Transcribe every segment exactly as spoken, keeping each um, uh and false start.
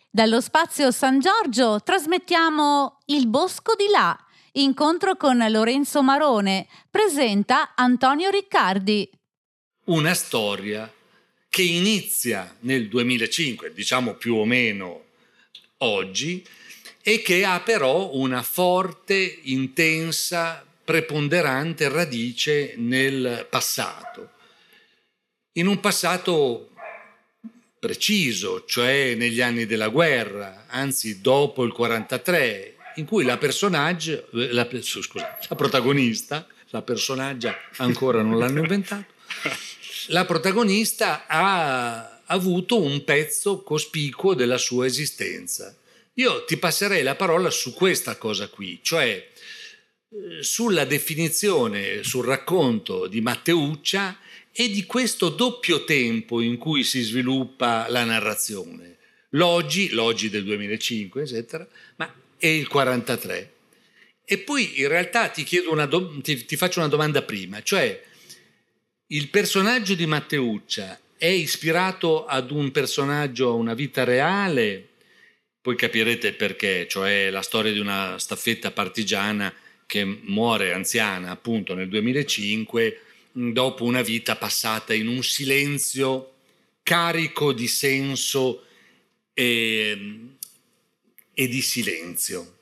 Dallo Spazio San Giorgio trasmettiamo Il Bosco di là, incontro con Lorenzo Marone, presenta Antonio Riccardi. Una storia che inizia nel duemilacinque, diciamo più o meno oggi, e che ha però una forte, intensa, preponderante radice nel passato. In un passato preciso, cioè negli anni della guerra, anzi dopo il quarantatré, in cui la personaggio, la, scusa, la protagonista, la personaggia ancora non l'hanno inventato, la protagonista ha avuto un pezzo cospicuo della sua esistenza. Io ti passerei la parola su questa cosa qui, cioè sulla definizione, sul racconto di Matteuccia e di questo doppio tempo in cui si sviluppa la narrazione, l'oggi, l'oggi del duemilacinque, eccetera, ma è il quarantatré. E poi in realtà ti chiedo una do- ti, ti faccio una domanda prima, cioè il personaggio di Matteuccia è ispirato ad un personaggio, a una vita reale? Poi capirete perché, cioè la storia di una staffetta partigiana che muore anziana appunto nel duemilacinque dopo una vita passata in un silenzio carico di senso e, e di silenzio.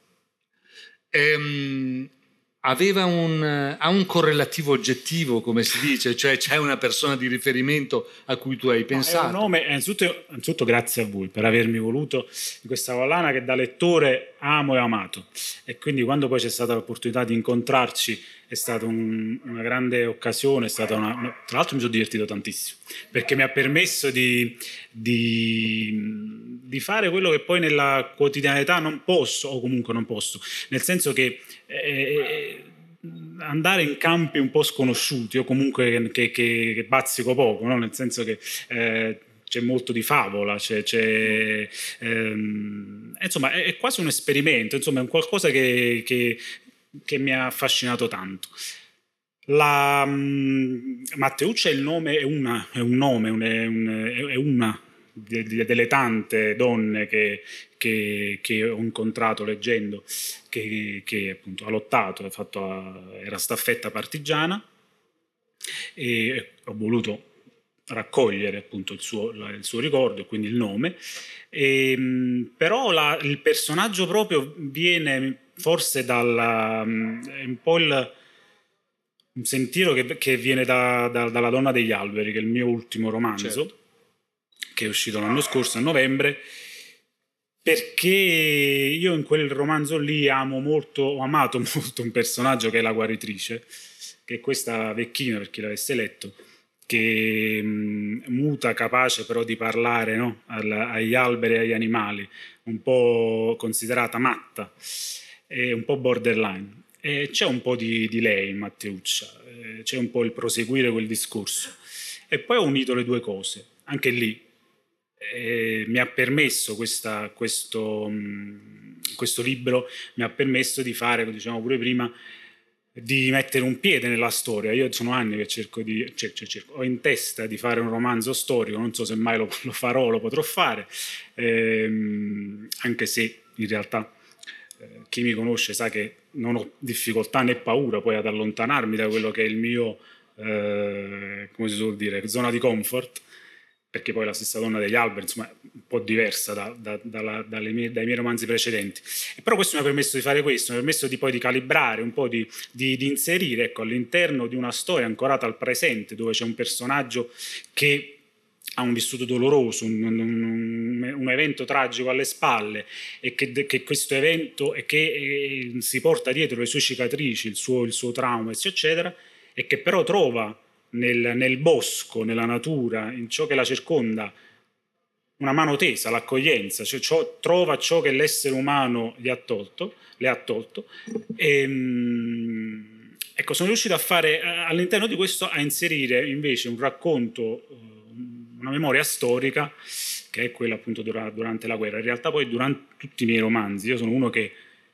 Ehm, aveva un, ha un correlativo oggettivo, come si dice, cioè c'è una persona di riferimento a cui tu hai pensato. No, è un nome, innanzitutto, innanzitutto grazie a voi per avermi voluto in questa collana che da lettore amo e amato, e quindi quando poi c'è stata l'opportunità di incontrarci è stata un, una grande occasione, è stata una, una, tra l'altro mi sono divertito tantissimo perché mi ha permesso di, di, di fare quello che poi nella quotidianità non posso, o comunque non posso, nel senso che eh, andare in campi un po' sconosciuti o comunque che, che, che bazzico poco, no? Nel senso che eh, c'è molto di favola, c'è, c'è, ehm, insomma è, è quasi un esperimento, insomma è un qualcosa che, che, che mi ha affascinato tanto. La um, Matteuccia è il nome, è, una, è un nome, è, un, è una delle tante donne che, che, che ho incontrato leggendo, che, che appunto ha lottato, ha fatto, era staffetta partigiana, e ho voluto raccogliere appunto il suo, il suo ricordo e quindi il nome, e, però la, il personaggio proprio viene forse dalla un po' il un sentiero che, che viene da, da, dalla Donna degli alberi, che è il mio ultimo romanzo, certo, che è uscito l'anno scorso a novembre, perché io in quel romanzo lì amo molto, ho amato molto un personaggio che è la guaritrice, che è questa vecchina, per chi l'avesse letto, che mh, muta, capace però di parlare, no? Al, agli alberi e agli animali, un po' considerata matta e un po' borderline. E c'è un po' di, di lei in Matteuccia, eh, c'è un po' il proseguire quel discorso. E poi ho unito le due cose, anche lì. Eh, mi ha permesso questa, questo, mh, questo libro mi ha permesso di fare, come dicevamo pure prima, di mettere un piede nella storia. Io sono anni che cerco di cioè, cioè, cerco, ho in testa di fare un romanzo storico, non so se mai lo, lo farò, lo potrò fare, ehm, anche se in realtà eh, chi mi conosce sa che non ho difficoltà né paura poi ad allontanarmi da quello che è il mio eh, come si suol dire, zona di comfort, perché poi la stessa Donna degli alberi, insomma, è un po' diversa da, da, dalla, dalle mie, dai miei romanzi precedenti. E però questo mi ha permesso di fare questo, mi ha permesso di poi di calibrare, un po' di, di, di inserire, ecco, all'interno di una storia ancorata al presente, dove c'è un personaggio che ha un vissuto doloroso, un, un, un evento tragico alle spalle, e che, che questo evento e che eh, si porta dietro le sue cicatrici, il suo, il suo trauma, eccetera, e che però trova Nel, nel bosco, nella natura, in ciò che la circonda, una mano tesa, l'accoglienza, cioè ciò, trova ciò che l'essere umano gli ha tolto, le ha tolto. E, ecco, sono riuscito a fare all'interno di questo a inserire invece un racconto, una memoria storica che è quella appunto durante la guerra. In realtà poi durante tutti i miei romanzi, io sono uno che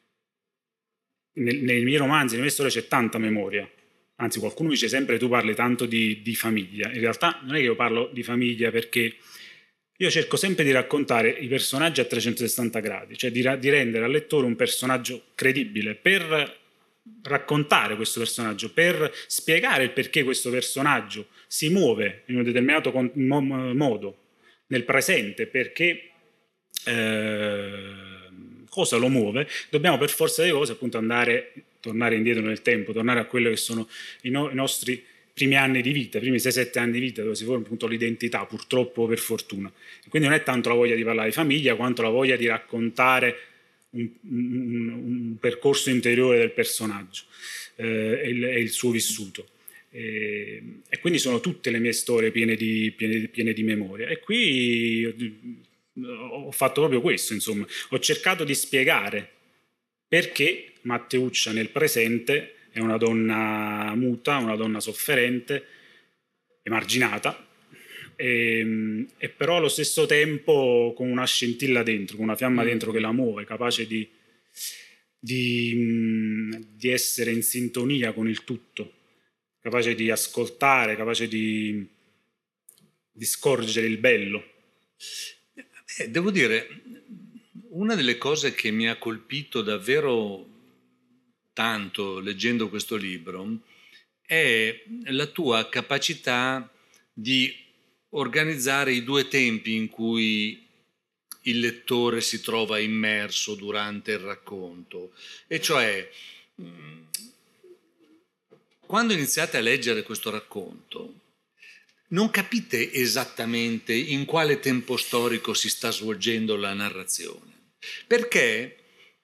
nei, nei miei romanzi, nelle mie storie c'è tanta memoria. Anzi, qualcuno dice sempre tu parli tanto di, di famiglia. In realtà non è che io parlo di famiglia perché io cerco sempre di raccontare i personaggi a trecentosessanta gradi, cioè di, di rendere al lettore un personaggio credibile, per raccontare questo personaggio, per spiegare il perché questo personaggio si muove in un determinato modo nel presente, perché eh, cosa lo muove. Dobbiamo per forza di cose appunto andare, tornare indietro nel tempo, tornare a quello che sono i, no, i nostri primi anni di vita, i primi sei sette anni di vita, dove si forma appunto l'identità, purtroppo, per fortuna. E quindi non è tanto la voglia di parlare di famiglia quanto la voglia di raccontare un, un, un percorso interiore del personaggio eh, e, il, e il suo vissuto. E, e quindi sono tutte le mie storie piene di, piene, piene di memoria. E qui ho fatto proprio questo, insomma. Ho cercato di spiegare perché Matteuccia nel presente è una donna muta, una donna sofferente, emarginata, e, e però allo stesso tempo con una scintilla dentro, con una fiamma dentro che la muove, capace di, di, di essere in sintonia con il tutto, capace di ascoltare, capace di, di scorgere il bello. Eh, devo dire, una delle cose che mi ha colpito davvero tanto leggendo questo libro è la tua capacità di organizzare i due tempi in cui il lettore si trova immerso durante il racconto, e cioè quando iniziate a leggere questo racconto non capite esattamente in quale tempo storico si sta svolgendo la narrazione, perché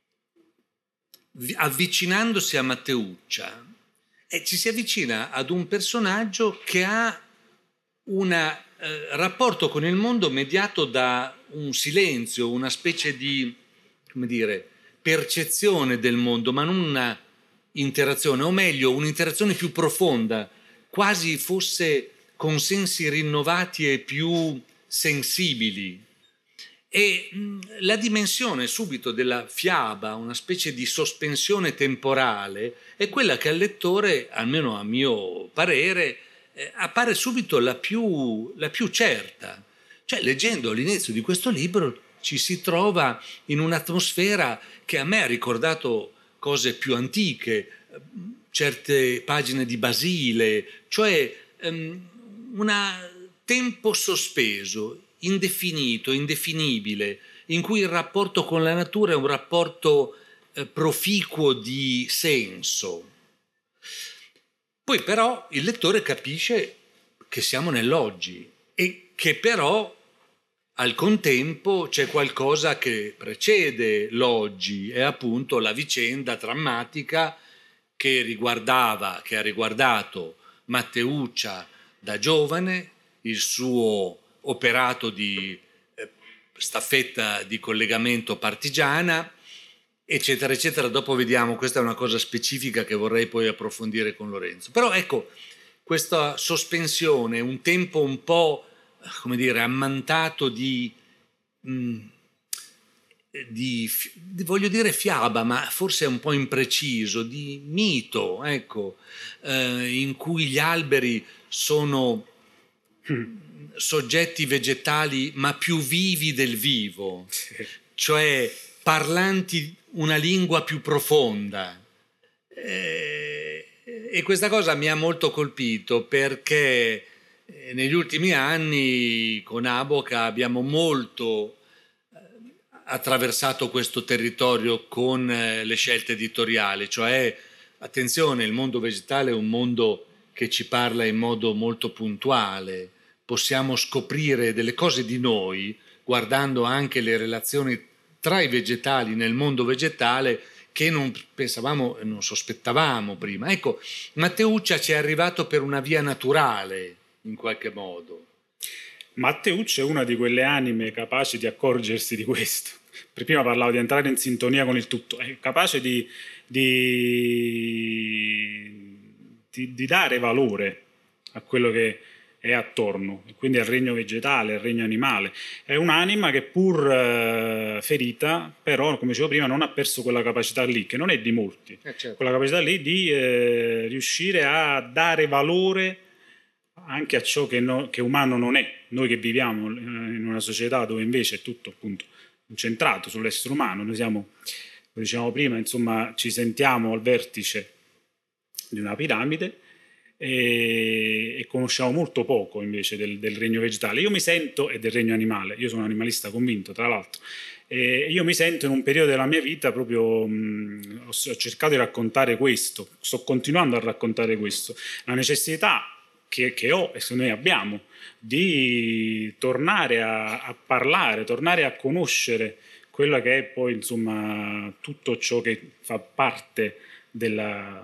avvicinandosi a Matteuccia eh, ci si avvicina ad un personaggio che ha un eh, rapporto con il mondo mediato da un silenzio, una specie di, come dire, percezione del mondo, ma non una interazione, o meglio un'interazione più profonda, quasi fosse con sensi rinnovati e più sensibili. E la dimensione subito della fiaba, una specie di sospensione temporale, è quella che al lettore, almeno a mio parere, eh, appare subito la più, la più certa. Cioè, leggendo l'inizio di questo libro ci si trova in un'atmosfera che a me ha ricordato cose più antiche, certe pagine di Basile, cioè um, un tempo sospeso, indefinito, indefinibile, in cui il rapporto con la natura è un rapporto eh, proficuo di senso. Poi però il lettore capisce che siamo nell'oggi e che però al contempo c'è qualcosa che precede l'oggi, è appunto la vicenda drammatica che riguardava, che ha riguardato Matteuccia da giovane, il suo operato di eh, staffetta di collegamento partigiana, eccetera, eccetera. Dopo vediamo, questa è una cosa specifica che vorrei poi approfondire con Lorenzo. Però ecco, questa sospensione, un tempo un po', come dire, ammantato di, mh, di, di voglio dire fiaba, ma forse è un po' impreciso, di mito, ecco, eh, in cui gli alberi sono soggetti vegetali ma più vivi del vivo, cioè parlanti una lingua più profonda. E, e questa cosa mi ha molto colpito, perché negli ultimi anni con Aboca abbiamo molto attraversato questo territorio con le scelte editoriali, cioè attenzione, il mondo vegetale è un mondo che ci parla in modo molto puntuale, possiamo scoprire delle cose di noi guardando anche le relazioni tra i vegetali nel mondo vegetale che non pensavamo, non sospettavamo prima. Ecco, Matteuccia ci è arrivato per una via naturale, in qualche modo. Matteuccia è una di quelle anime capaci di accorgersi di questo. Prima parlavo di entrare in sintonia con il tutto, è capace di, di, di, di dare valore a quello che è attorno, quindi al regno vegetale, al regno animale. È un'anima che pur eh, ferita, però, come dicevo prima, non ha perso quella capacità lì, che non è di molti, eh certo. quella capacità lì di eh, riuscire a dare valore anche a ciò che, no, che umano non è. Noi che viviamo in una società dove invece è tutto appunto incentrato sull'essere umano, noi siamo, come dicevamo prima, insomma, ci sentiamo al vertice di una piramide e, e conosciamo molto poco invece del, del regno vegetale. Io mi sento, e del regno animale, io sono un animalista convinto tra l'altro, e io mi sento in un periodo della mia vita proprio, mh, ho, ho cercato di raccontare questo, sto continuando a raccontare questo, la necessità che, che ho e che noi abbiamo di tornare a, a parlare, tornare a conoscere quella che è poi insomma tutto ciò che fa parte della,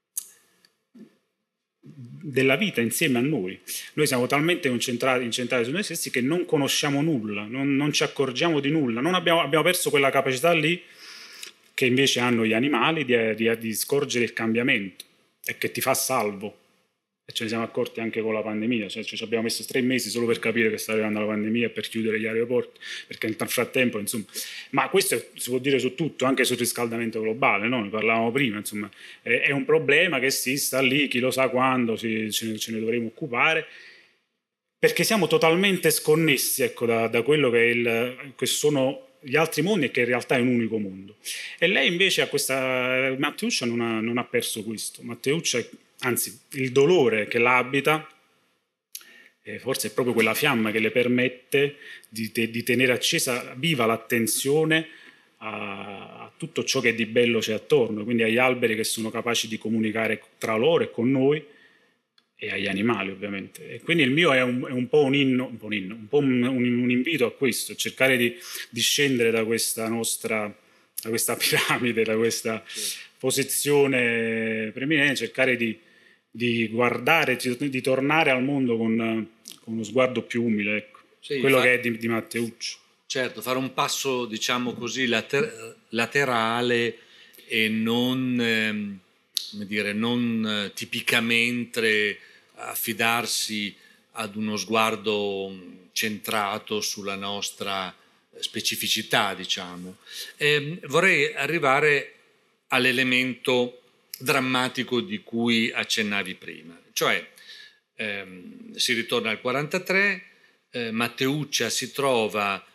della vita insieme a noi. Noi siamo talmente concentrati, incentrati su noi stessi che non conosciamo nulla, non, non ci accorgiamo di nulla, non abbiamo, abbiamo perso quella capacità lì che invece hanno gli animali di, di, di scorgere il cambiamento e che ti fa salvo. E ce ne siamo accorti anche con la pandemia, cioè ci abbiamo messo tre mesi solo per capire che sta arrivando la pandemia e per chiudere gli aeroporti, perché nel frattempo insomma, ma questo si può dire su tutto, anche sul riscaldamento globale, no? Ne parlavamo prima, insomma, è, è un problema che si sta lì, chi lo sa quando si, ce, ne, ce ne dovremo occupare, perché siamo totalmente sconnessi, ecco, da, da quello che, è il, che sono gli altri mondi e che in realtà è un unico mondo. E lei invece ha questa, Matteuccia non ha, non ha perso questo, Matteuccia anzi, il dolore che l'abita, eh, forse è proprio quella fiamma che le permette di, te, di tenere accesa, viva l'attenzione a, a tutto ciò che di bello c'è attorno, quindi agli alberi che sono capaci di comunicare tra loro e con noi, e agli animali ovviamente. E quindi il mio è un, è un po' un inno, un po' un, inno, un, po un, un, un invito a questo, cercare di, di scendere da questa nostra, da questa piramide, da questa posizione preminente, cercare di di guardare, di, di tornare al mondo con, con uno sguardo più umile, ecco. Sì, quello fa... che è di, di Matteuccio. Certo, fare un passo, diciamo così, later- laterale e non, ehm, come dire, non eh, tipicamente affidarsi ad uno sguardo centrato sulla nostra specificità, diciamo. E vorrei arrivare all'elemento drammatico di cui accennavi prima, cioè ehm, si ritorna al quarantatré, eh, Matteuccia si trova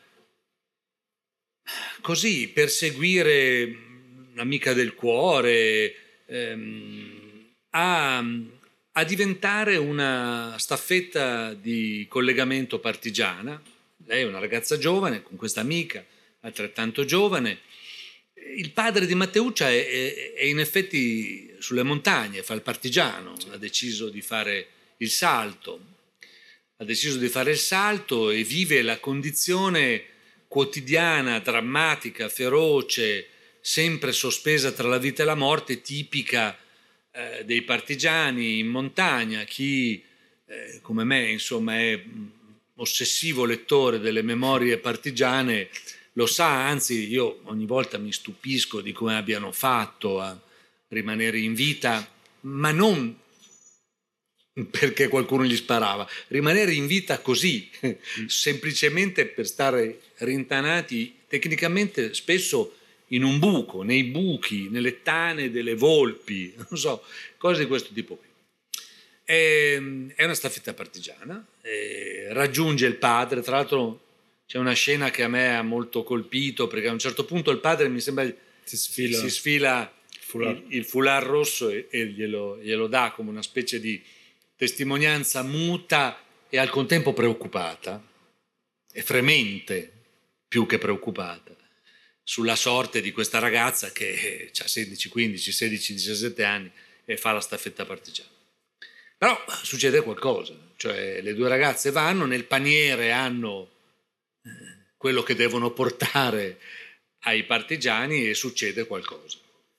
così per seguire l'amica del cuore, ehm, a, a diventare una staffetta di collegamento partigiana. Lei è una ragazza giovane con questa amica altrettanto giovane. Il padre di Matteuccia è, è, è in effetti sulle montagne, fa il partigiano, ha deciso di fare il salto, ha deciso di fare il salto e vive la condizione quotidiana, drammatica, feroce, sempre sospesa tra la vita e la morte, tipica eh, dei partigiani in montagna. Chi eh, come me, insomma, è ossessivo lettore delle memorie partigiane lo sa, anzi io ogni volta mi stupisco di come abbiano fatto a rimanere in vita, ma non perché qualcuno gli sparava, rimanere in vita così, semplicemente per stare rintanati tecnicamente spesso in un buco, nei buchi, nelle tane delle volpi, non so, cose di questo tipo qui. È una staffetta partigiana, raggiunge il padre, tra l'altro c'è una scena che a me ha molto colpito, perché a un certo punto il padre mi sembra si sfila, si sfila il, il foulard rosso e, e glielo, glielo dà come una specie di testimonianza muta e al contempo preoccupata e fremente, più che preoccupata, sulla sorte di questa ragazza che ha sedici, quindici, sedici, diciassette anni e fa la staffetta partigiana. Però succede qualcosa, cioè le due ragazze vanno, nel paniere hanno quello che devono portare ai partigiani e succede qualcosa.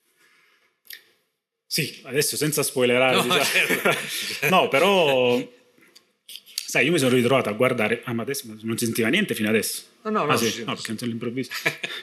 Sì, adesso senza spoilerare, no, diciamo. certo. No, però sai, io mi sono ritrovato a guardare, ah ma adesso non si sentiva niente fino adesso. No, no, no, ah, sì. sì, no sì. perché all'improvviso.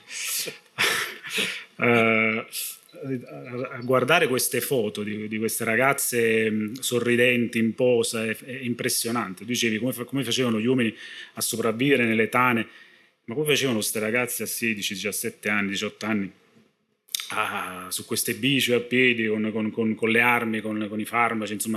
uh, a guardare queste foto di, di queste ragazze mh, sorridenti in posa è, è impressionante. Tu dicevi come, come facevano gli uomini a sopravvivere nelle tane, ma come facevano queste ragazze a sedici, diciassette anni, diciotto anni ah, su queste bici a piedi con, con, con, con le armi, con, con i farmaci, insomma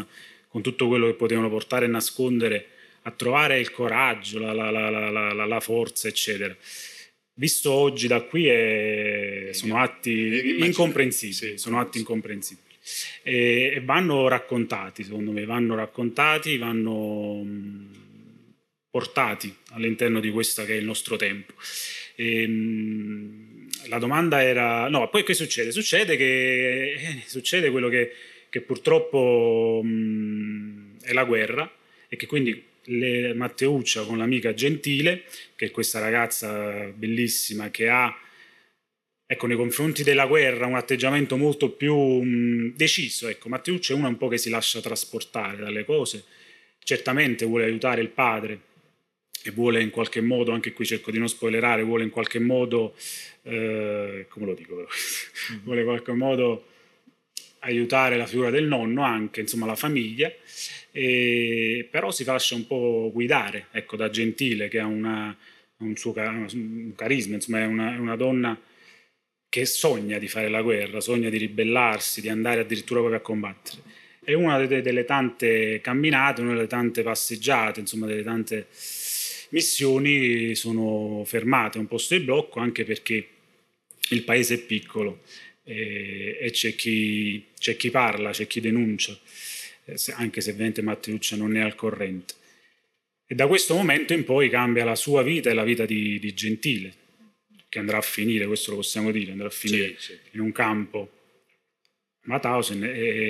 con tutto quello che potevano portare e nascondere, a trovare il coraggio, la, la, la, la, la, la forza, eccetera. Visto oggi da qui è, sono atti incomprensibili, sono atti incomprensibili. E, e vanno raccontati, secondo me, vanno raccontati, vanno mh, portati all'interno di questo che è il nostro tempo. E, mh, la domanda era, no, poi che succede? Succede che eh, succede quello che, che purtroppo mh, è la guerra, e che quindi le, Matteuccia con l'amica Gentile, che è questa ragazza bellissima che ha, ecco, nei confronti della guerra un atteggiamento molto più mh, deciso. Ecco, Matteuccia è una un po' che si lascia trasportare dalle cose, certamente vuole aiutare il padre e vuole in qualche modo, anche qui cerco di non spoilerare, vuole in qualche modo, eh, come lo dico, mm-hmm. vuole in qualche modo aiutare la figura del nonno, anche insomma la famiglia, e, però si lascia un po' guidare, ecco, da Gentile, che ha una, un suo un carisma, insomma è una, è una donna che sogna di fare la guerra, sogna di ribellarsi, di andare addirittura proprio a combattere. È una delle, delle tante camminate, una delle tante passeggiate, insomma delle tante missioni sono fermate, un posto di blocco, anche perché il paese è piccolo e, e c'è, chi, c'è chi parla, c'è chi denuncia, anche se ovviamente Matteuccia non è al corrente. E da questo momento in poi cambia la sua vita e la vita di, di Gentile, che andrà a finire, questo lo possiamo dire, andrà a finire sì, sì. in un campo Mauthausen,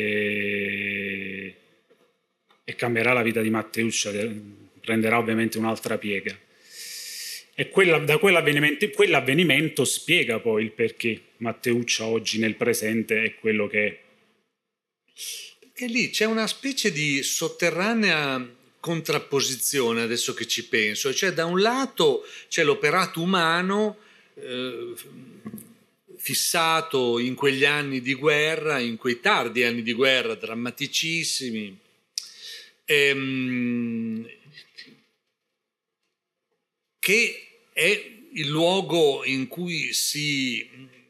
e, e cambierà la vita di Matteuccia, prenderà ovviamente un'altra piega. E quella, da quell'avvenimento, quell'avvenimento spiega poi il perché Matteuccia oggi nel presente è quello che è. Perché lì c'è una specie di sotterranea contrapposizione, adesso che ci penso, cioè da un lato c'è l'operato umano eh, fissato in quegli anni di guerra, in quei tardi anni di guerra drammaticissimi, ehm, che è il luogo in cui si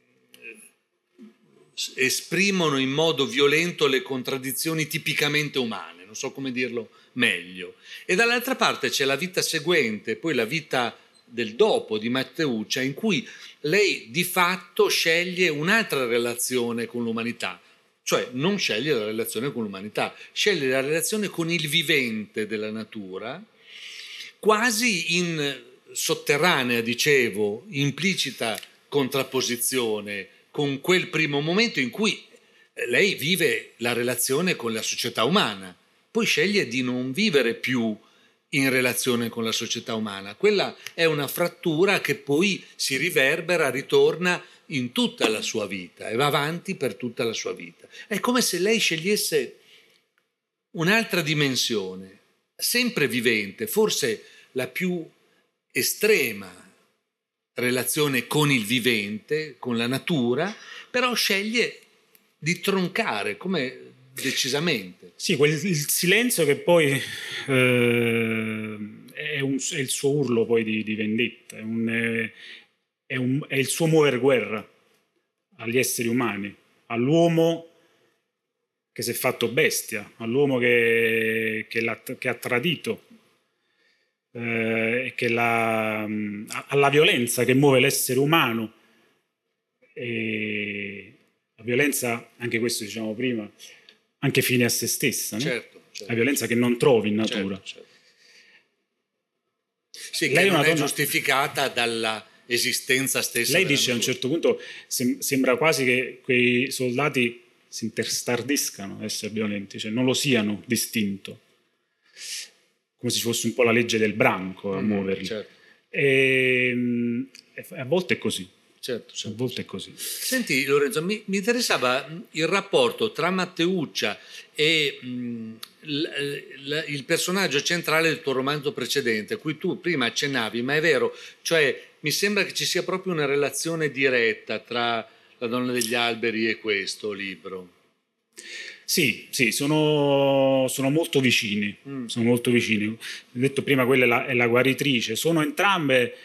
esprimono in modo violento le contraddizioni tipicamente umane, non so come dirlo meglio. E dall'altra parte c'è la vita seguente, poi la vita del dopo di Matteuccia, in cui lei di fatto sceglie un'altra relazione con l'umanità, cioè non sceglie la relazione con l'umanità, sceglie la relazione con il vivente della natura, quasi in sotterranea, dicevo, implicita contrapposizione con quel primo momento in cui lei vive la relazione con la società umana, poi sceglie di non vivere più in relazione con la società umana. Quella è una frattura che poi si riverbera, ritorna in tutta la sua vita e va avanti per tutta la sua vita. È come se lei scegliesse un'altra dimensione, sempre vivente, forse la più estrema relazione con il vivente, con la natura, però sceglie di troncare, come decisamente. Sì, quel, il silenzio che poi eh, è, un, è il suo urlo poi di, di vendetta, è, un, è, è, un, è il suo muover guerra agli esseri umani, all'uomo che si è fatto bestia, all'uomo che, che, l'ha, che ha tradito, eh, che la, alla violenza che muove l'essere umano. E la violenza, anche questo diciamo prima, anche fine a se stessa, no? Certo, certo. La violenza che non trovi in natura. Certo, certo. Sì, lei che non è donna... giustificata dalla esistenza stessa. Lei dice natura. A un certo punto sem- sembra quasi che quei soldati si interstardiscano a essere violenti, cioè non lo siano distinto, come se ci fosse un po' la legge del branco a mm, muoverli. Certo. E, e a volte è così. Certo, certo. A volte è così. Senti Lorenzo, mi, mi interessava il rapporto tra Matteuccia e mh, l, l, il personaggio centrale del tuo romanzo precedente, a cui tu prima accennavi, ma è vero, cioè mi sembra che ci sia proprio una relazione diretta tra La donna degli alberi e questo libro. Sì, sì, sono, sono molto vicini, mm. sono molto vicini. Ho detto prima, quella è la, è la guaritrice, sono entrambe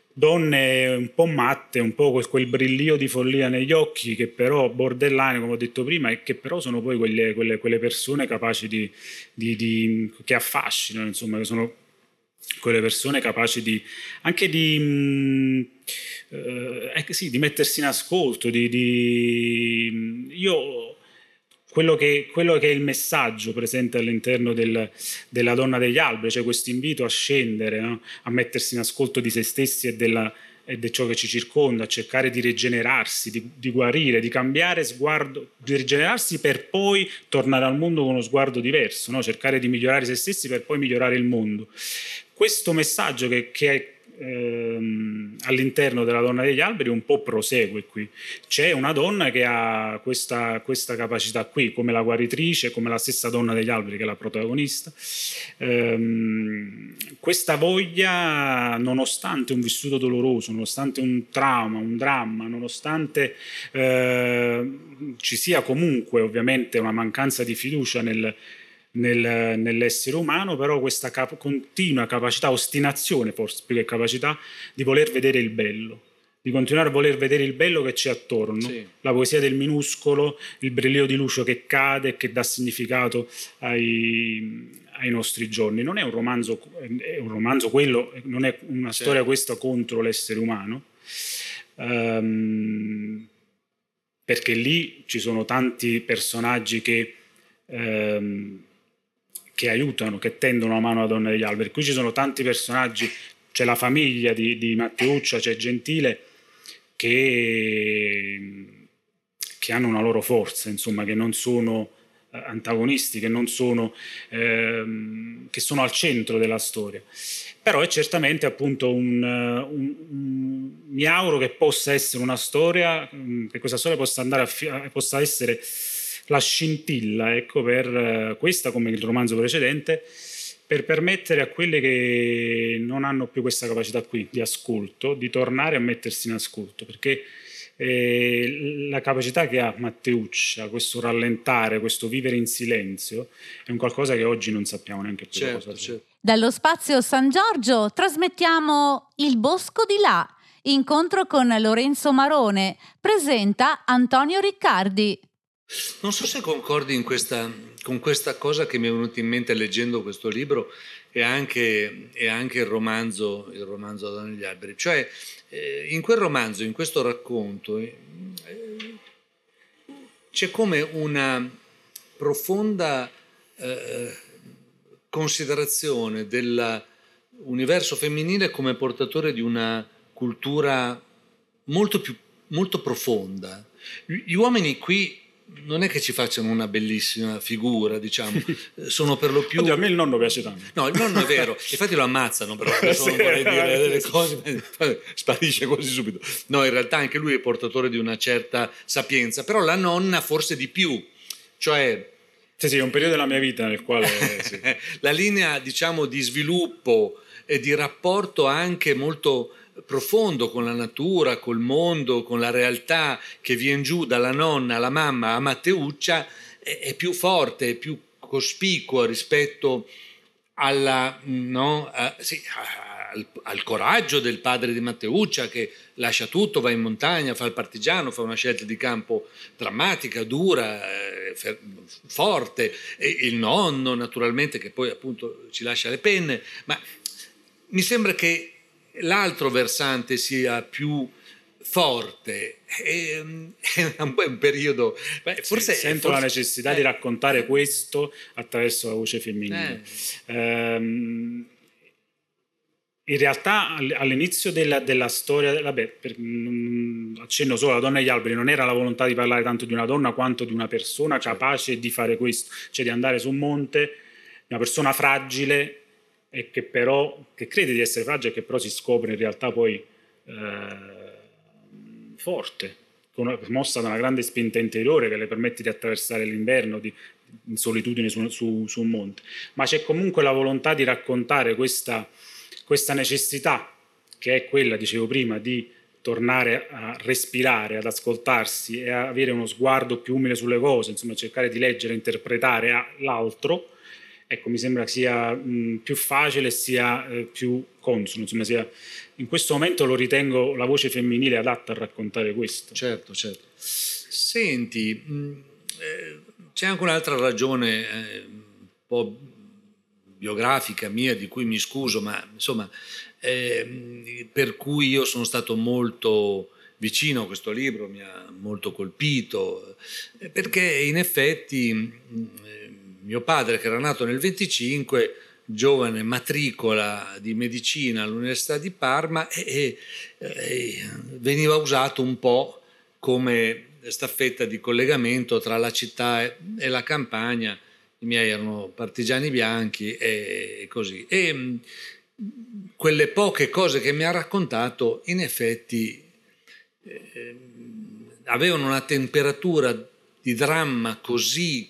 donne un po' matte, un po' quel, quel brillio di follia negli occhi, che però borderline, come ho detto prima, e che però sono poi quelle, quelle, quelle persone capaci di, di, di che affascinano, insomma, che sono quelle persone capaci di anche di, mh, eh, sì, di mettersi in ascolto, di, di io quello che, quello che è il messaggio presente all'interno del, della Donna degli alberi, cioè questo invito a scendere, no? A mettersi in ascolto di se stessi e della e di ciò che ci circonda, a cercare di rigenerarsi, di, di guarire, di cambiare sguardo, di rigenerarsi per poi tornare al mondo con uno sguardo diverso, no? Cercare di migliorare se stessi per poi migliorare il mondo. Questo messaggio che, che è ehm, all'interno della Donna degli alberi un po' prosegue qui. C'è una donna che ha questa, questa capacità qui, come la guaritrice, come la stessa Donna degli alberi che è la protagonista. Ehm, questa voglia, nonostante un vissuto doloroso, nonostante un trauma, un dramma, nonostante eh, ci sia comunque ovviamente una mancanza di fiducia nel Nel, nell'essere umano, però questa cap- continua capacità, ostinazione forse più che capacità, di voler vedere il bello, di continuare a voler vedere il bello che c'è attorno, sì. La poesia del minuscolo, il brillio di luce che cade e che dà significato ai, ai nostri giorni. Non è un romanzo, è un romanzo quello, non è una sì. storia questa contro l'essere umano, um, perché lì ci sono tanti personaggi che um, che aiutano, che tendono la mano alla Donna degli alberi. Qui ci sono tanti personaggi, c'è la famiglia di, di Matteuccia, c'è Gentile, che, che hanno una loro forza, insomma, che non sono antagonisti, che non sono, ehm, che sono al centro della storia. Però è certamente appunto un, un, un mi auguro che possa essere una storia, che questa storia possa andare a, possa essere la scintilla, ecco, per questa come il romanzo precedente, per permettere a quelle che non hanno più questa capacità qui di ascolto, di tornare a mettersi in ascolto, perché eh, la capacità che ha Matteuccia, questo rallentare, questo vivere in silenzio, è un qualcosa che oggi non sappiamo neanche più certo, cosa certo. Dallo spazio San Giorgio trasmettiamo Il Bosco di là, incontro con Lorenzo Marone, presenta Antonio Riccardi. Non so se concordi in questa, con questa cosa che mi è venuta in mente leggendo questo libro e anche, e anche il romanzo, il romanzo Donna degli alberi. Cioè, eh, in quel romanzo, in questo racconto, eh, c'è come una profonda eh, considerazione dell'universo femminile come portatore di una cultura molto più molto profonda. Gli uomini qui non è che ci facciano una bellissima figura, diciamo, sono per lo più... Oddio, a me il nonno piace tanto. No, il nonno è vero, infatti lo ammazzano, però adesso non vorrei dire delle cose, sparisce quasi subito. No, in realtà anche lui è portatore di una certa sapienza, però la nonna forse di più, cioè... Sì, sì, è un periodo della mia vita nel quale... Sì. La linea, diciamo, di sviluppo e di rapporto anche molto... profondo con la natura, col mondo, con la realtà che viene giù dalla nonna alla mamma a Matteuccia è, è più forte, è più cospicua rispetto alla, no, a, sì, a, al, al coraggio del padre di Matteuccia che lascia tutto, va in montagna, fa il partigiano, fa una scelta di campo drammatica, dura, eh, fer, forte, e il nonno naturalmente che poi appunto ci lascia le penne, ma mi sembra che l'altro versante sia più forte, è, è un po' un periodo... Forse sì, sento forse, la necessità eh, di raccontare eh, questo attraverso la voce femminile. Eh. Ehm, in realtà all'inizio della, della storia, vabbè, per, accenno solo alla Donna degli alberi, non era la volontà di parlare tanto di una donna quanto di una persona capace di fare questo, cioè di andare su un monte, una persona fragile, e che però che crede di essere fragile e che però si scopre in realtà poi eh, forte, mossa da una grande spinta interiore che le permette di attraversare l'inverno di, in solitudine su, su, su un monte. Ma c'è comunque la volontà di raccontare questa, questa necessità che è quella, dicevo prima, di tornare a respirare, ad ascoltarsi e a avere uno sguardo più umile sulle cose, insomma cercare di leggere, interpretare l'altro, ecco, mi sembra sia mh, più facile e sia eh, più consono, insomma, sia, in questo momento lo ritengo la voce femminile adatta a raccontare questo. Certo, certo. Senti, mh, eh, c'è anche un'altra ragione eh, un po' biografica mia, di cui mi scuso, ma insomma, eh, per cui io sono stato molto vicino a questo libro, mi ha molto colpito, eh, perché in effetti eh, mio padre, che era nato nel venticinque, giovane matricola di medicina all'Università di Parma, e, e, e veniva usato un po' come staffetta di collegamento tra la città e, e la campagna. I miei erano partigiani bianchi e, e così. E mh, quelle poche cose che mi ha raccontato, in effetti, eh, avevano una temperatura di dramma così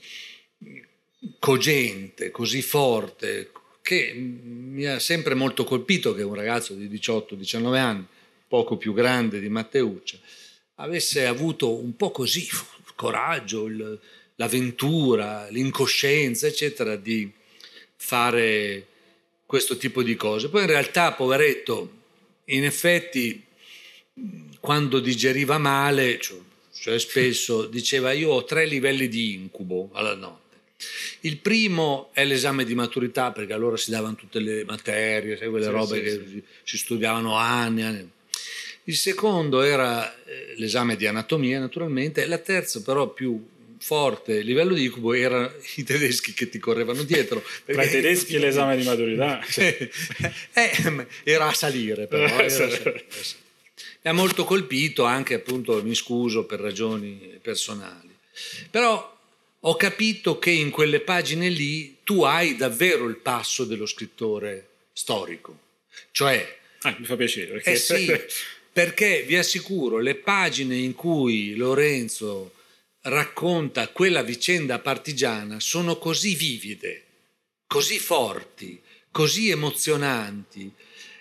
cogente, così forte, che mi ha sempre molto colpito che un ragazzo di diciotto diciannove anni, poco più grande di Matteuccia, avesse avuto un po' così coraggio, il, l'avventura, l'incoscienza, eccetera, di fare questo tipo di cose. Poi in realtà, poveretto, in effetti, quando digeriva male, cioè, cioè spesso diceva: io ho tre livelli di incubo alla notte. Il primo è l'esame di maturità, perché allora si davano tutte le materie, sai, quelle sì, robe sì, che sì. si studiavano anni, anni. Il secondo era l'esame di anatomia, naturalmente, e la terza, però più forte livello di incubo, erano i tedeschi che ti correvano dietro. Tra i tedeschi e l'esame di maturità eh, era a salire, però era a salire. Mi ha molto colpito, anche appunto, mi scuso per ragioni personali, però ho capito che in quelle pagine lì tu hai davvero il passo dello scrittore storico, cioè ah, mi fa piacere perché... eh sì, perché vi assicuro, le pagine in cui Lorenzo racconta quella vicenda partigiana sono così vivide, così forti, così emozionanti,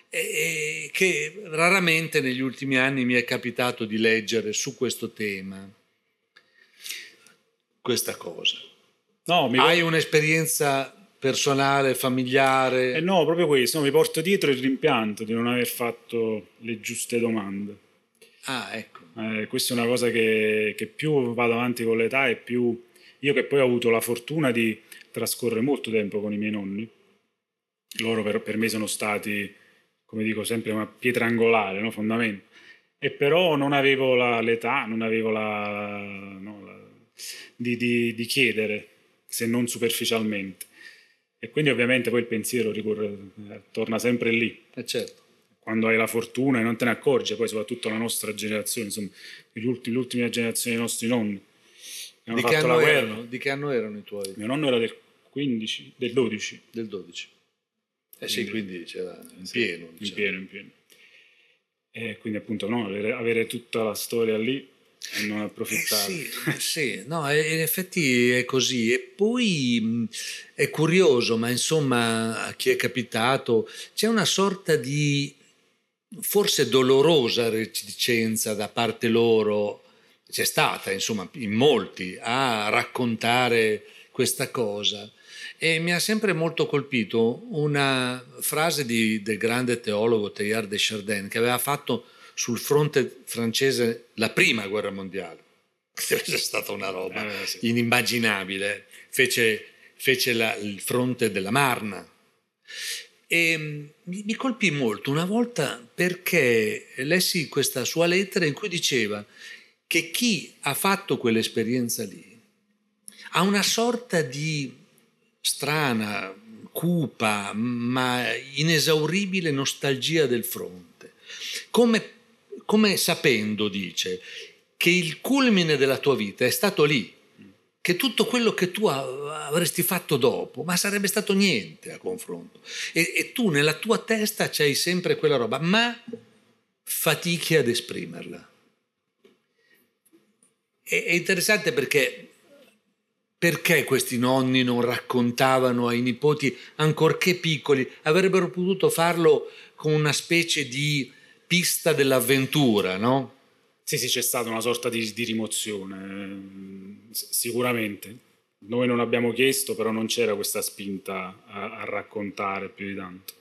e che raramente negli ultimi anni mi è capitato di leggere su questo tema questa cosa. No, mi hai un'esperienza personale, familiare? Eh no, proprio questo, no, mi porto dietro il rimpianto di non aver fatto le giuste domande. Ah, ecco. Eh, questa è una cosa che, che più vado avanti con l'età e più... Io che poi ho avuto la fortuna di trascorrere molto tempo con i miei nonni, loro per, per me sono stati, come dico sempre, una pietra angolare, no? Fondamento. E però non avevo la, l'età, non avevo la... No, la di, di, di chiedere, se non superficialmente. E quindi ovviamente poi il pensiero ricorre, torna sempre lì. Eh certo. Quando hai la fortuna e non te ne accorgi, poi soprattutto la nostra generazione, insomma, gli ultimi, l'ultima generazione dei nostri nonni. Di che, anno erano, di che anno erano i tuoi? Mio nonno era del quindici, del dodici. Del dodici. Eh sì, quindi, quindi c'era in sì, pieno. Diciamo. In pieno, in pieno. E quindi appunto no, avere, avere tutta la storia lì e non approfittare. Eh sì, sì, no, in effetti è così. E poi è curioso, ma insomma, a chi è capitato, c'è una sorta di forse dolorosa reticenza da parte loro, c'è stata, insomma, in molti, a raccontare questa cosa. E mi ha sempre molto colpito una frase di, del grande teologo Teilhard de Chardin, che aveva fatto sul fronte francese la prima guerra mondiale. È stata una roba eh, sì. inimmaginabile. Fece, fece la, il fronte della Marna. E mi, mi colpì molto una volta perché lessi questa sua lettera in cui diceva che chi ha fatto quell'esperienza lì ha una sorta di strana, cupa, ma inesauribile nostalgia del fronte. Come come sapendo, dice, che il culmine della tua vita è stato lì, che tutto quello che tu avresti fatto dopo, ma sarebbe stato niente a confronto. E, e tu nella tua testa c'hai sempre quella roba, ma fatichi ad esprimerla. È, è interessante perché, perché questi nonni non raccontavano ai nipoti, ancorché piccoli, avrebbero potuto farlo con una specie di pista dell'avventura, no? Sì, sì, c'è stata una sorta di, di rimozione, sicuramente. noi non abbiamo chiesto, però non c'era questa spinta a, a raccontare più di tanto.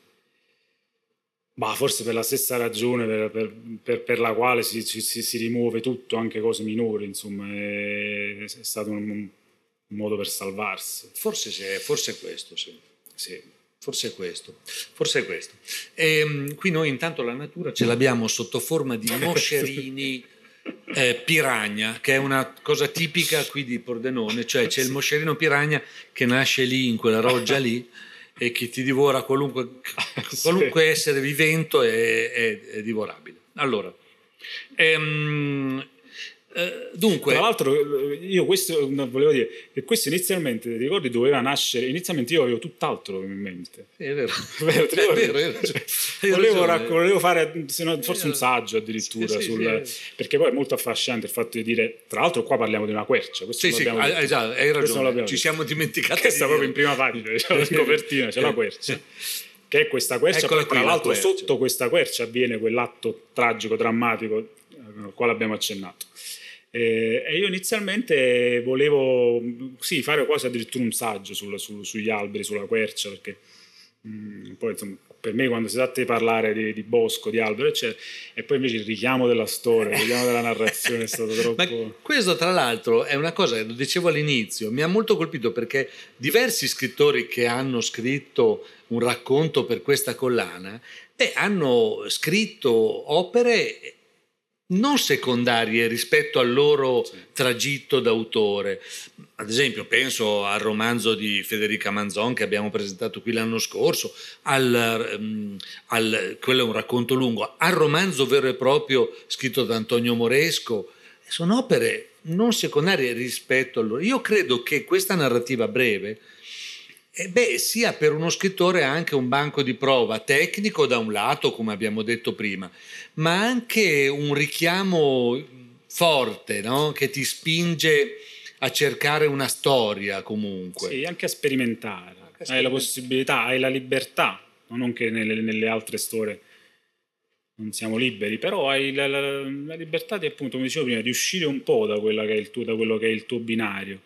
Ma forse per la stessa ragione per, per, per, per la quale si, si, si rimuove tutto, anche cose minori, insomma, è, è stato un, un modo per salvarsi. Forse sì, forse è questo, sì. sì. Forse è questo, forse è questo. E, qui noi intanto la natura ce l'abbiamo sotto forma di moscerini eh, piragna, che è una cosa tipica qui di Pordenone, cioè c'è il moscerino piragna che nasce lì in quella roggia lì e che ti divora qualunque, qualunque essere vivente è, è, è divorabile. Allora, ehm, eh, dunque... Tra l'altro io questo volevo dire che questo inizialmente, ti ricordi, doveva nascere, inizialmente io avevo tutt'altro in mente. È vero, vero, è vero, è vero. Volevo, raccol- volevo fare se no, forse un saggio addirittura, sì, sul, sì, sì. Perché poi è molto affascinante il fatto di dire, tra l'altro qua parliamo di una quercia, questo sì, sì, hai, esatto, hai ragione, ci siamo dimenticati. Questa proprio in prima pagina, c'è la copertina, c'è la quercia, che è questa quercia, Eccola poi, tra qui, l'altro la quercia. Sotto questa quercia avviene quell'atto tragico, drammatico al quale abbiamo accennato. Eh, e io inizialmente volevo sì, fare quasi addirittura un saggio sul, su, sugli alberi, sulla quercia, perché mh, poi insomma, per me quando si tratta di parlare di, di bosco, di albero eccetera, e poi invece il richiamo della storia, il richiamo della narrazione è stato troppo... Ma questo tra l'altro è una cosa, lo dicevo all'inizio, mi ha molto colpito perché diversi scrittori che hanno scritto un racconto per questa collana beh, hanno scritto opere non secondarie rispetto al loro sì. tragitto d'autore. Ad esempio penso al romanzo di Federica Manzon che abbiamo presentato qui l'anno scorso, al, um, al, quello è un racconto lungo, al romanzo vero e proprio scritto da Antonio Moresco. Sono opere non secondarie rispetto a loro. Io credo che questa narrativa breve eh beh, sia per uno scrittore anche un banco di prova tecnico da un lato, come abbiamo detto prima, ma anche un richiamo forte, no? Che ti spinge a cercare una storia comunque. Sì, anche a sperimentare. Anche a sperimentare. Hai la possibilità, hai la libertà, non che nelle, nelle altre storie non siamo liberi, però hai la, la, la libertà di, appunto, come dicevo prima, di uscire un po' da, quella che è il tuo, da quello che è il tuo binario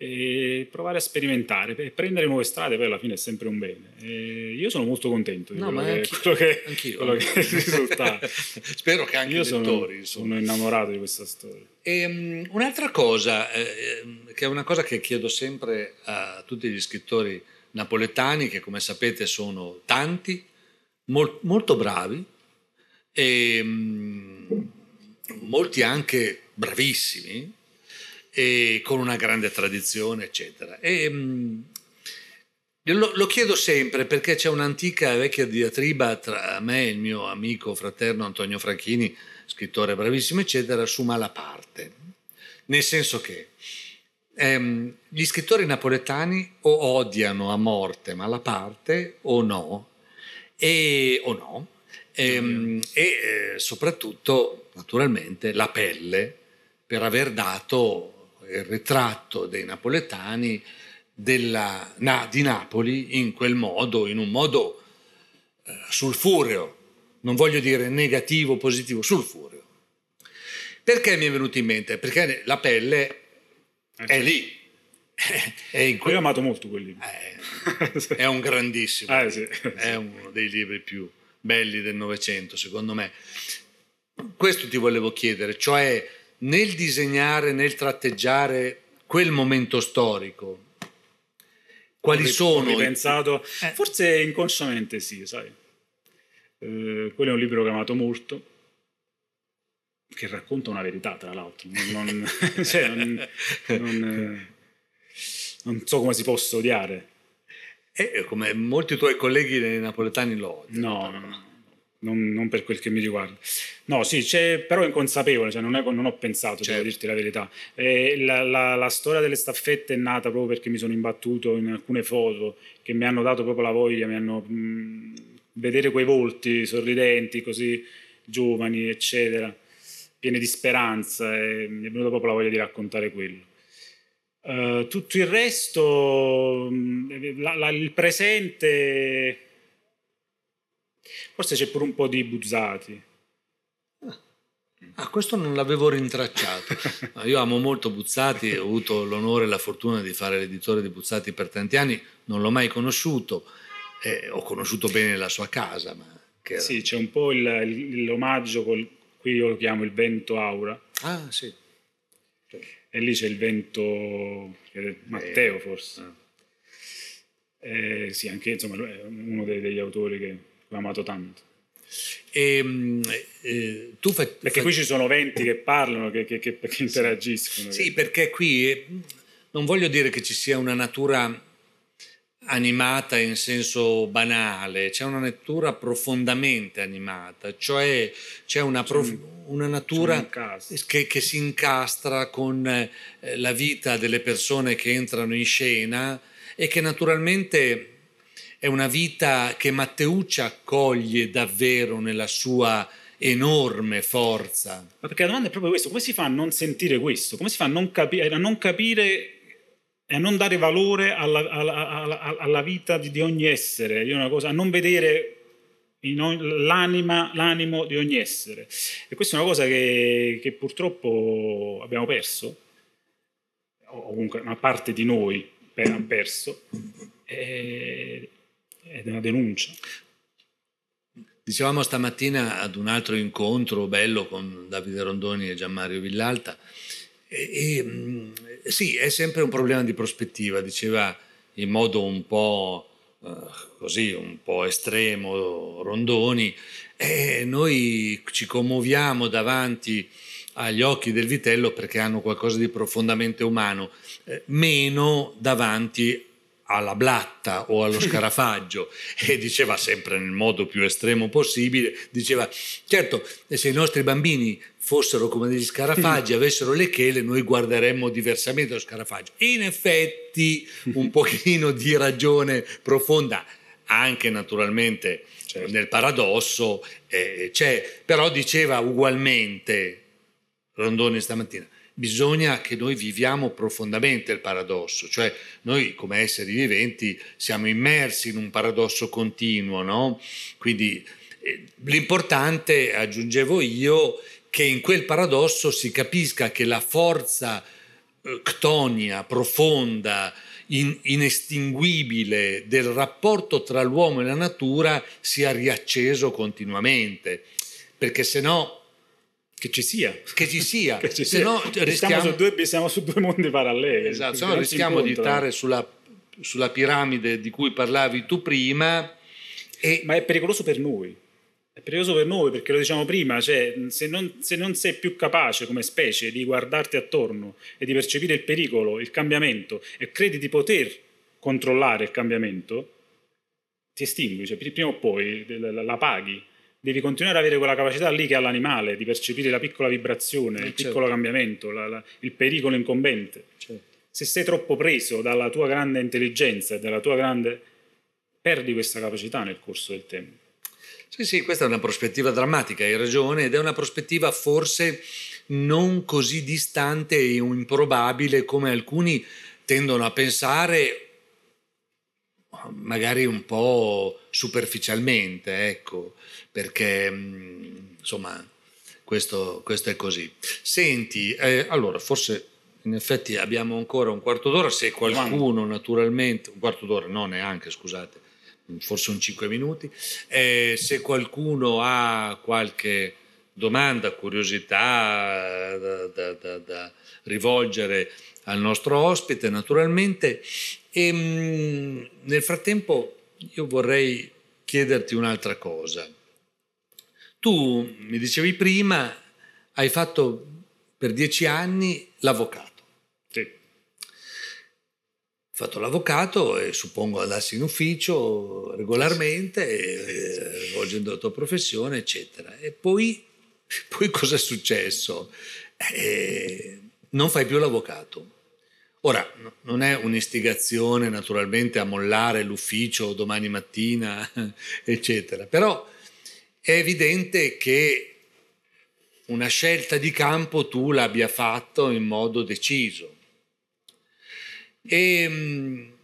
e provare a sperimentare e prendere nuove strade, poi alla fine è sempre un bene. E io sono molto contento di no, quello, ma che, quello che, anch'io, quello che è il risultato. Spero che anche io i lettori sono, sono innamorato di questa storia. E, um, un'altra cosa eh, che è una cosa che chiedo sempre a tutti gli scrittori napoletani, che come sapete sono tanti, mol, molto bravi e um, molti anche bravissimi e con una grande tradizione eccetera e um, lo, lo chiedo sempre perché c'è un'antica vecchia diatriba tra me e il mio amico fraterno Antonio Franchini, scrittore bravissimo eccetera, su Malaparte, nel senso che ehm, gli scrittori napoletani o odiano a morte Malaparte o no e, o no ehm, e eh, soprattutto naturalmente La Pelle per aver dato il ritratto dei napoletani della, na, di Napoli in quel modo, in un modo eh, sulfureo, non voglio dire negativo o positivo, sulfureo. Perché mi è venuto in mente? Perché La Pelle eh, è lì. È in que- Io ho amato molto quel libro. È, è un grandissimo eh, libro, sì. È uno dei libri più belli del Novecento, secondo me. Questo ti volevo chiedere, cioè nel disegnare, nel tratteggiare quel momento storico, quali sono? Ho ripensato, eh. forse inconsciamente sì, sai. Eh, quello è un libro che ho amato molto, che racconta una verità, tra l'altro. Non, non, cioè, non, non, non so come si possa odiare. Eh, come molti tuoi colleghi napoletani lo odiano. No, no, no. Non, non per quel che mi riguarda. No, sì, c'è, però è inconsapevole, cioè non, è, non ho pensato, certo. Devo dirti la verità. Eh, la, la, la storia delle staffette è nata proprio perché mi sono imbattuto in alcune foto che mi hanno dato proprio la voglia, mi hanno mh, vedere quei volti sorridenti, così giovani, eccetera, pieni di speranza, e mi è venuta proprio la voglia di raccontare quello. Uh, tutto il resto, la, la, il presente... Forse c'è pure un po' di Buzzati. Ah, questo non l'avevo rintracciato. Io amo molto Buzzati, ho avuto l'onore e la fortuna di fare l'editore di Buzzati per tanti anni, non l'ho mai conosciuto, eh, ho conosciuto bene la sua casa. Ma che era... Sì, c'è un po' il, il, l'omaggio, col, qui io lo chiamo il vento aura. Ah, sì. E lì c'è il vento Matteo, forse. Ah. Eh, sì, anche insomma, lui è uno dei, degli autori che ho amato tanto. E, eh, tu fai, perché fai... qui ci sono venti che parlano, che, che, che, che interagiscono. Sì, che... perché qui eh, non voglio dire che ci sia una natura animata in senso banale, c'è una natura profondamente animata, cioè c'è una, prof... una natura che, che si incastra con eh, la vita delle persone che entrano in scena e che naturalmente è una vita che Matteucci accoglie davvero nella sua enorme forza. Ma perché la domanda è proprio questo: come si fa a non sentire questo? Come si fa a non, capi- a non capire e a non dare valore alla, alla, alla, alla vita di, di ogni essere, di una cosa, a non vedere in ogni, l'anima, l'animo di ogni essere? E questa è una cosa che, che purtroppo abbiamo perso, o comunque una parte di noi ha perso, e, ed è una denuncia. Dicevamo stamattina ad un altro incontro bello con Davide Rondoni e Gianmario Villalta, e, e, sì, è sempre un problema di prospettiva, diceva in modo un po' uh, così, un po' estremo Rondoni, e noi ci commuoviamo davanti agli occhi del vitello perché hanno qualcosa di profondamente umano, eh, meno davanti alla blatta o allo scarafaggio. E diceva sempre nel modo più estremo possibile, diceva certo, se i nostri bambini fossero come degli scarafaggi, avessero le chele, noi guarderemmo diversamente lo scarafaggio. E in effetti un pochino di ragione profonda anche naturalmente, certo, nel paradosso eh, c'è, però diceva ugualmente Rondoni stamattina, bisogna che noi viviamo profondamente il paradosso, cioè noi come esseri viventi siamo immersi in un paradosso continuo, no? Quindi eh, l'importante, aggiungevo io, che in quel paradosso si capisca che la forza eh, ctonia, profonda, in, inestinguibile del rapporto tra l'uomo e la natura sia riacceso continuamente, perché se no che ci sia, che ci sia, che ci se sia. no rischiamo siamo, su due, siamo su due mondi paralleli. Esatto, se no rischiamo di stare sulla, sulla piramide di cui parlavi tu prima. E... Ma è pericoloso per noi, è pericoloso per noi perché lo diciamo prima, cioè se non, se non sei più capace come specie di guardarti attorno e di percepire il pericolo, il cambiamento, e credi di poter controllare il cambiamento, ti estingui, cioè prima o poi la, la paghi. Devi continuare ad avere quella capacità lì che ha l'animale di percepire la piccola vibrazione, eh, il certo. piccolo cambiamento, la, la, il pericolo incombente. Certo. Se sei troppo preso dalla tua grande intelligenza e dalla tua grande... perdi questa capacità nel corso del tempo. Sì, sì, questa è una prospettiva drammatica, hai ragione, ed è una prospettiva forse non così distante e improbabile come alcuni tendono a pensare, magari un po' superficialmente, ecco, perché insomma questo, questo è così. Senti, eh, allora forse in effetti abbiamo ancora un quarto d'ora, se qualcuno naturalmente, un quarto d'ora, no neanche, scusate, forse un cinque minuti, eh, se qualcuno ha qualche domanda, curiosità da, da, da, da rivolgere al nostro ospite naturalmente, e mh, nel frattempo io vorrei chiederti un'altra cosa. Tu mi dicevi prima, hai fatto per dieci anni l'avvocato. Sì. Hai fatto l'avvocato e suppongo andassi in ufficio regolarmente, eh, svolgendo la tua professione, eccetera. E poi, poi cosa è successo? Eh, non fai più l'avvocato. Ora, non è un'istigazione naturalmente a mollare l'ufficio domani mattina, eccetera, però è evidente che una scelta di campo tu l'abbia fatto in modo deciso. E mh,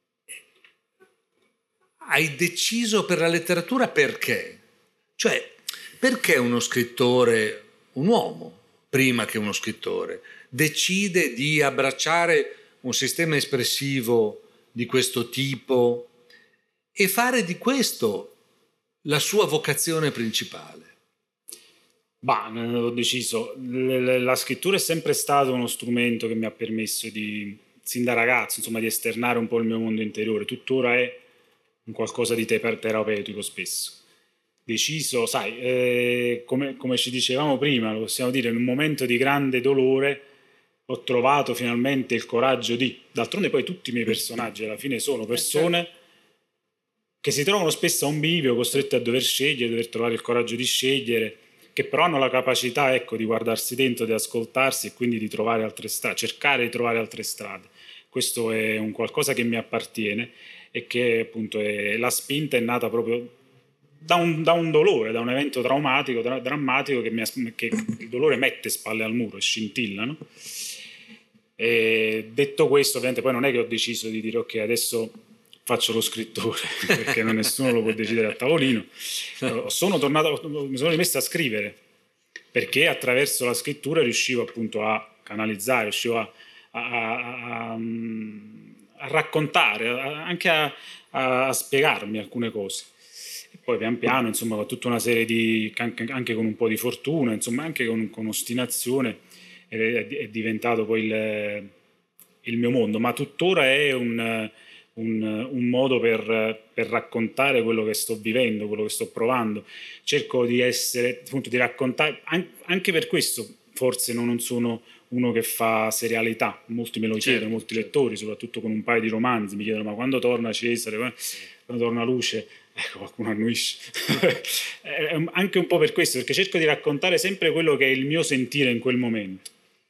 hai deciso per la letteratura perché? Cioè, perché uno scrittore un uomo prima che uno scrittore. Decide di abbracciare un sistema espressivo di questo tipo e fare di questo la sua vocazione principale. Bah, ho deciso. La scrittura è sempre stato uno strumento che mi ha permesso di, sin da ragazzo, insomma, di esternare un po' il mio mondo interiore. Tuttora è un qualcosa di te- terapeutico spesso. Deciso, sai, eh, come, come ci dicevamo prima, lo possiamo dire, in un momento di grande dolore ho trovato finalmente il coraggio di... D'altronde poi tutti i miei personaggi alla fine sono persone che si trovano spesso a un bivio, costretti a dover scegliere, dover trovare il coraggio di scegliere, che però hanno la capacità, ecco, di guardarsi dentro, di ascoltarsi e quindi di trovare altre strade, cercare di trovare altre strade. Questo è un qualcosa che mi appartiene e che appunto è, la spinta è nata proprio da un, da un dolore, da un evento traumatico, dra- drammatico che, mi, che il dolore mette spalle al muro e scintilla, no? E detto questo, ovviamente poi non è che ho deciso di dire ok, adesso faccio lo scrittore, perché non nessuno lo può decidere a tavolino. Sono tornato, mi sono rimesso a scrivere, perché attraverso la scrittura riuscivo appunto a canalizzare, riuscivo a, a, a, a raccontare, a, anche a, a spiegarmi alcune cose. E poi pian piano, insomma, con tutta una serie di, anche con un po' di fortuna, insomma, anche con, con ostinazione, è, è diventato poi il, il mio mondo, ma tuttora è un... Un, un modo per, per raccontare quello che sto vivendo, quello che sto provando. Cerco di essere, appunto, di raccontare, anche per questo forse non sono uno che fa serialità. Molti me lo chiedono, certo, molti certo. lettori, soprattutto con un paio di romanzi, mi chiedono ma quando torna Cesare, quando torna Luce? Ecco, qualcuno annuisce. Anche un po' per questo, perché cerco di raccontare sempre quello che è il mio sentire in quel momento.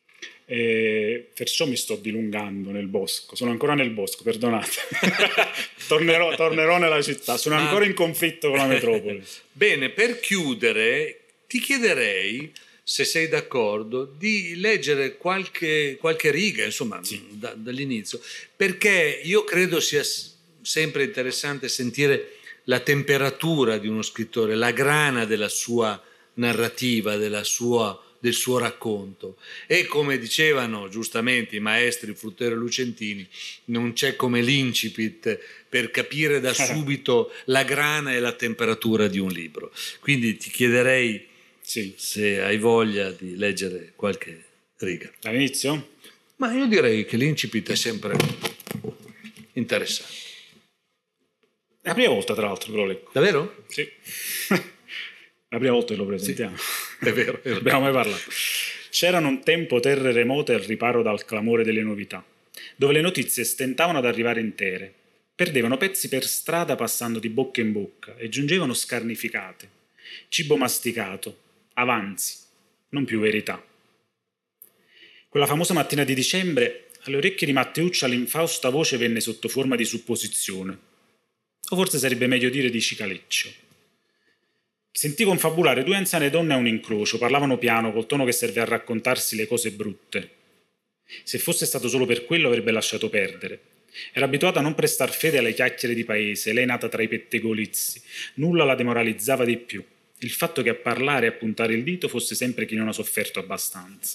E perciò mi sto dilungando nel bosco, sono ancora nel bosco, perdonate. tornerò, tornerò nella città, sono Ma... ancora in conflitto con la metropoli. Bene, per chiudere ti chiederei, se sei d'accordo, di leggere qualche, qualche riga, insomma, sì. da, dall'inizio, perché io credo sia sempre interessante sentire la temperatura di uno scrittore, la grana della sua narrativa, della sua del suo racconto. E come dicevano giustamente i maestri Fruttero e Lucentini, non c'è come l'incipit per capire da subito la grana e la temperatura di un libro. Quindi ti chiederei sì. se hai voglia di leggere qualche riga. All'inizio? Ma io direi che l'incipit è sempre interessante. È la prima volta, tra l'altro, che lo leggo. Davvero? Sì. La prima volta che lo presentiamo. Sì. È vero, è vero. Abbiamo mai parlato. C'erano un tempo terre remote al riparo dal clamore delle novità, dove le notizie stentavano ad arrivare intere, perdevano pezzi per strada passando di bocca in bocca e giungevano scarnificate, cibo masticato, avanzi, non più verità. Quella famosa mattina di dicembre, alle orecchie di Matteuccia l'infausta voce venne sotto forma di supposizione, o forse sarebbe meglio dire di cicaleccio. Sentì confabulare due anziane donne a un incrocio, parlavano piano col tono che serve a raccontarsi le cose brutte. Se fosse stato solo per quello avrebbe lasciato perdere. Era abituata a non prestar fede alle chiacchiere di paese, lei nata tra i pettegolizi. Nulla la demoralizzava di più. Il fatto che a parlare e a puntare il dito fosse sempre chi non ha sofferto abbastanza.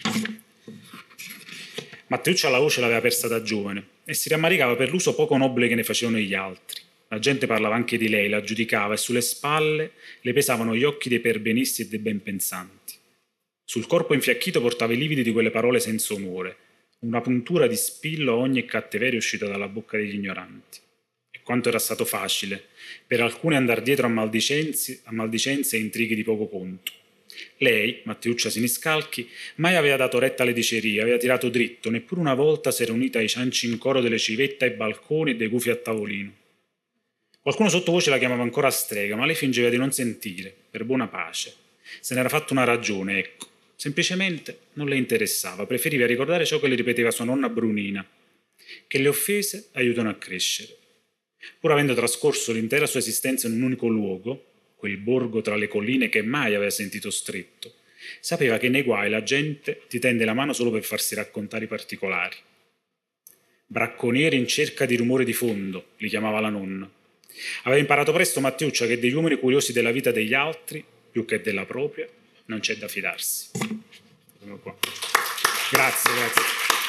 Matteuccia la voce l'aveva persa da giovane e si rammaricava per l'uso poco nobile che ne facevano gli altri. La gente parlava anche di lei, la giudicava e sulle spalle le pesavano gli occhi dei perbenisti e dei benpensanti. Sul corpo infiacchito portava i lividi di quelle parole senza onore, una puntura di spillo a ogni cattiveria uscita dalla bocca degli ignoranti. E quanto era stato facile per alcuni andar dietro a maldicenze, a maldicenze e intrighi di poco conto. Lei, Matteuccia Siniscalchi, mai aveva dato retta alle dicerie, aveva tirato dritto, neppure una volta si era unita ai cianci in coro delle civette ai balconi e dei gufi a tavolino. Qualcuno sottovoce la chiamava ancora strega, ma lei fingeva di non sentire, per buona pace. Se n'era fatto una ragione, ecco. Semplicemente non le interessava, preferiva ricordare ciò che le ripeteva sua nonna Brunina, che le offese aiutano a crescere. Pur avendo trascorso l'intera sua esistenza in un unico luogo, quel borgo tra le colline che mai aveva sentito stretto, sapeva che nei guai la gente ti tende la mano solo per farsi raccontare i particolari. Bracconieri in cerca di rumore di fondo, li chiamava la nonna. Aveva imparato presto Matteuccia che degli uomini curiosi della vita degli altri, più che della propria, non c'è da fidarsi. Sono qua. Grazie, grazie.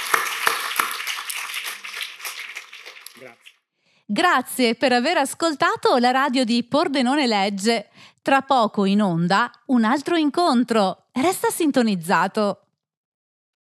Grazie. Grazie per aver ascoltato la radio di Pordenone Legge. Tra poco in onda un altro incontro. Resta sintonizzato.